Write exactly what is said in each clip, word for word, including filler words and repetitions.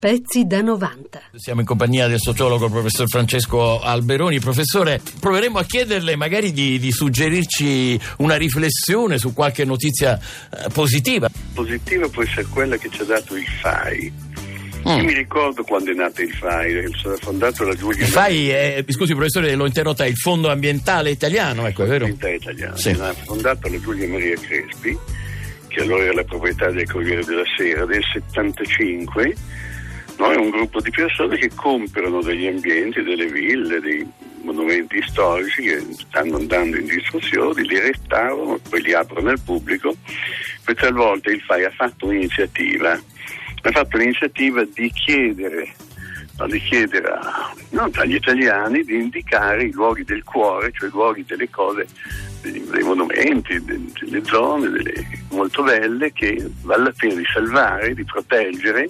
Pezzi da novanta. Siamo in compagnia del sociologo professor Francesco Alberoni. Professore, proveremo a chiederle magari di, di suggerirci una riflessione su qualche notizia eh, positiva. Positiva può essere quella che ci ha dato il F A I. Mm. Io mi ricordo quando è nato il F A I, è stato fondato da Giulia. Il F A I è, scusi professore, l'ho interrotta, è il Fondo Ambientale Italiano, ecco, è vero? Ambientale Italiano, sì. È fondato da Giulia Maria Crespi, che allora era la proprietà del Corriere della Sera, del settantacinque. No, è un gruppo di persone che comprano degli ambienti, delle ville, dei monumenti storici che stanno andando in distruzione, li restaurano, poi li aprono al pubblico. Per talvolta il F A I ha fatto un'iniziativa, ha fatto l'iniziativa di chiedere, no, di chiedere a, no, agli italiani di indicare i luoghi del cuore, cioè i luoghi delle cose, dei, dei monumenti, delle, delle zone delle, molto belle che vale la pena di salvare, di proteggere.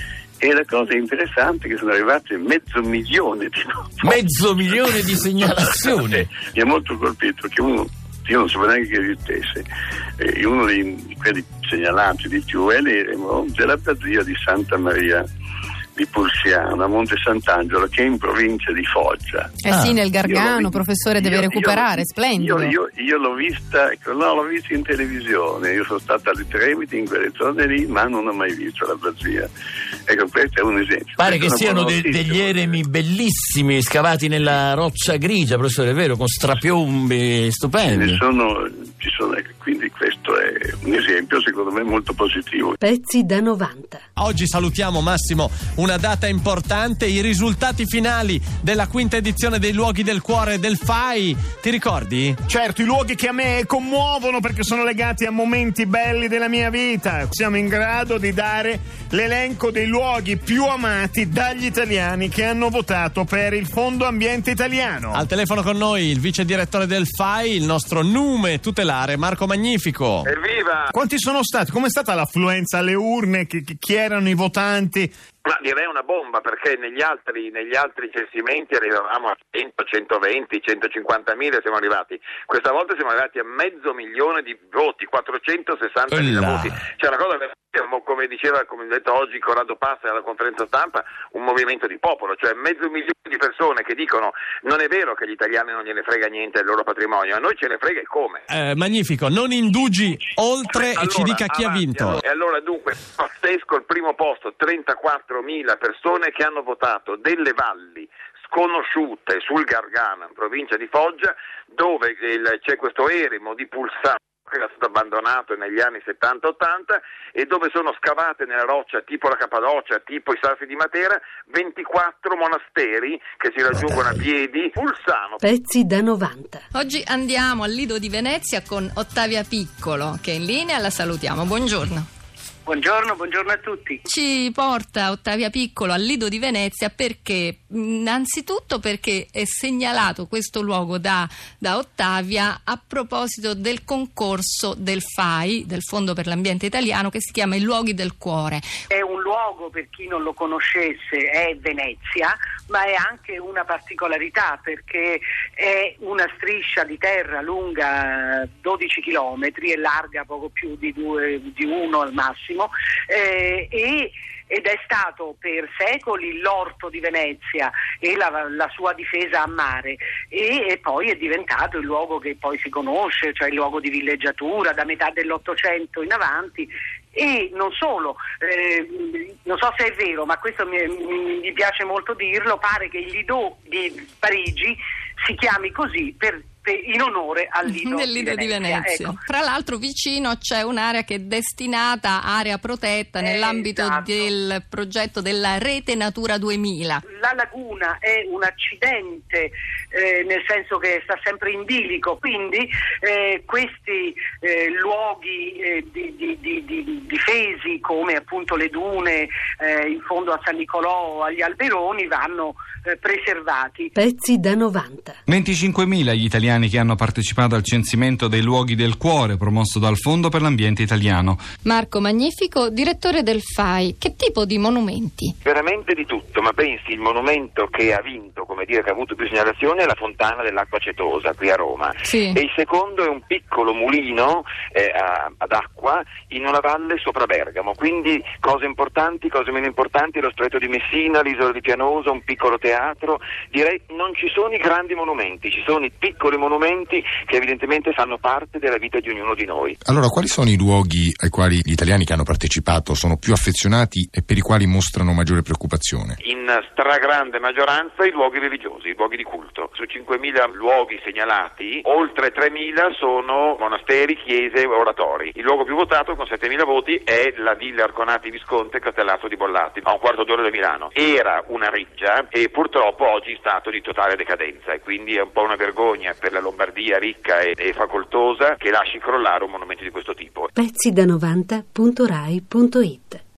E la cosa interessante è che sono arrivate mezzo milione di mezzo milione di segnalazioni. Mi ha molto colpito che uno, io non sapevo neanche che esistesse, eh, uno di quelli segnalati di più è l'eremo dell'abbazia di Santa Maria di Pulciano a Monte Sant'Angelo, che è in provincia di Foggia. Eh ah. sì, nel Gargano, professore, deve io, recuperare, io, splendido. Io, io, io l'ho vista, ecco, no, l'ho vista in televisione, io sono stata alle Tremiti in quelle zone lì, ma non ho mai visto l'abbazia. Ecco, questo è un esempio. Pare che siano de- degli eremi bellissimi scavati nella roccia grigia, professore, è vero, con strapiombi stupendi. Ne sono, ci sono, ecco, quindi questo è un esempio secondo me molto positivo. Pezzi da novanta. Oggi salutiamo, Massimo, una data importante, i risultati finali della quinta edizione dei Luoghi del Cuore del F A I. Ti ricordi? Certo, i luoghi che a me commuovono perché sono legati a momenti belli della mia vita. Siamo in grado di dare l'elenco dei luoghi più amati dagli italiani che hanno votato per il Fondo Ambiente Italiano. Al telefono con noi il vice direttore del F A I, il nostro nume tutelare Marco Magnifico. Evviva! Quanti sono stati? Com'è stata l'affluenza alle urne? Chi, chi erano i votanti? Ma direi una bomba, perché negli altri negli altri censimenti arrivavamo a cento, centoventi, centocinquantamila siamo arrivati. Questa volta siamo arrivati a mezzo milione di voti, quattrocentosessantamila voti. C'è una cosa veramente, come diceva, come detto oggi Corrado Passa alla conferenza stampa, un movimento di popolo, cioè mezzo milione di persone che dicono non è vero che gli italiani non gliene frega niente del loro patrimonio, a noi ce ne frega e come. Eh, magnifico, non indugi oltre allora, e ci dica chi avanti, ha vinto. Allora, e allora dunque, pazzesco, il primo posto, trentaquattromila persone che hanno votato delle valli sconosciute sul Gargano, in provincia di Foggia, dove il, c'è questo eremo di Pulciano che era stato abbandonato negli anni settanta ottanta e dove sono scavate nella roccia tipo la Cappadocia, tipo i Salfi di Matera, ventiquattro monasteri che si raggiungono a piedi. Pulciano. Pezzi da novanta. Oggi andiamo al Lido di Venezia con Ottavia Piccolo, che è in linea, la salutiamo. Buongiorno. Buongiorno, buongiorno a tutti. Ci porta Ottavia Piccolo al Lido di Venezia perché, innanzitutto perché è segnalato questo luogo da, da Ottavia a proposito del concorso del F A I, del Fondo per l'Ambiente Italiano, che si chiama I Luoghi del Cuore. È un luogo, per chi non lo conoscesse, è Venezia, ma è anche una particolarità perché è una striscia di terra lunga dodici chilometri e larga poco più di, due, di uno al massimo. Eh, e ed è stato per secoli l'orto di Venezia e la, la sua difesa a mare e, e poi è diventato il luogo che poi si conosce, cioè il luogo di villeggiatura da metà dell'Ottocento in avanti. E non solo, eh, non so se è vero, ma questo mi, mi, mi piace molto dirlo, pare che il Lido di Parigi si chiami così per in onore al Lido, del Lido di Venezia. Di Venezia. Ecco. Tra l'altro vicino c'è un'area che è destinata a area protetta nell'ambito esatto. del progetto della Rete Natura duemila. La laguna è un accidente, eh, nel senso che sta sempre in bilico, quindi eh, questi eh, luoghi eh, di, di, di, di difesi come appunto le dune eh, in fondo a San Nicolò, agli Alberoni, vanno eh, preservati. Pezzi da novanta. venticinquemila gli italiani che hanno partecipato al censimento dei Luoghi del Cuore promosso dal Fondo per l'Ambiente Italiano. Marco Magnifico, direttore del F A I, che tipo di monumenti? Veramente di tutto, ma pensi il monumento che ha vinto, come dire, che ha avuto più segnalazioni, è la fontana dell'acqua acetosa qui a Roma, sì. e il secondo è un piccolo mulino eh, a, ad acqua in una valle sopra Bergamo, quindi cose importanti, cose meno importanti, lo Stretto di Messina, l'isola di Pianosa, un piccolo teatro. Direi non ci sono i grandi monumenti, ci sono i piccoli monumenti che evidentemente fanno parte della vita di ognuno di noi. Allora, quali sono i luoghi ai quali gli italiani che hanno partecipato sono più affezionati e per i quali mostrano maggiore preoccupazione? In stragrande maggioranza i luoghi religiosi, i luoghi di culto. Su cinquemila luoghi segnalati, oltre tremila sono monasteri, chiese e oratori. Il luogo più votato con settemila voti è la Villa Arconati Visconte Castellato di Bollati, a un quarto d'ora da Milano. Era una reggia e purtroppo oggi in stato di totale decadenza, e quindi è un po' una vergogna per la Lombardia ricca e, e facoltosa che lasci crollare un monumento di questo tipo. Pezzi da novanta punto rai punto it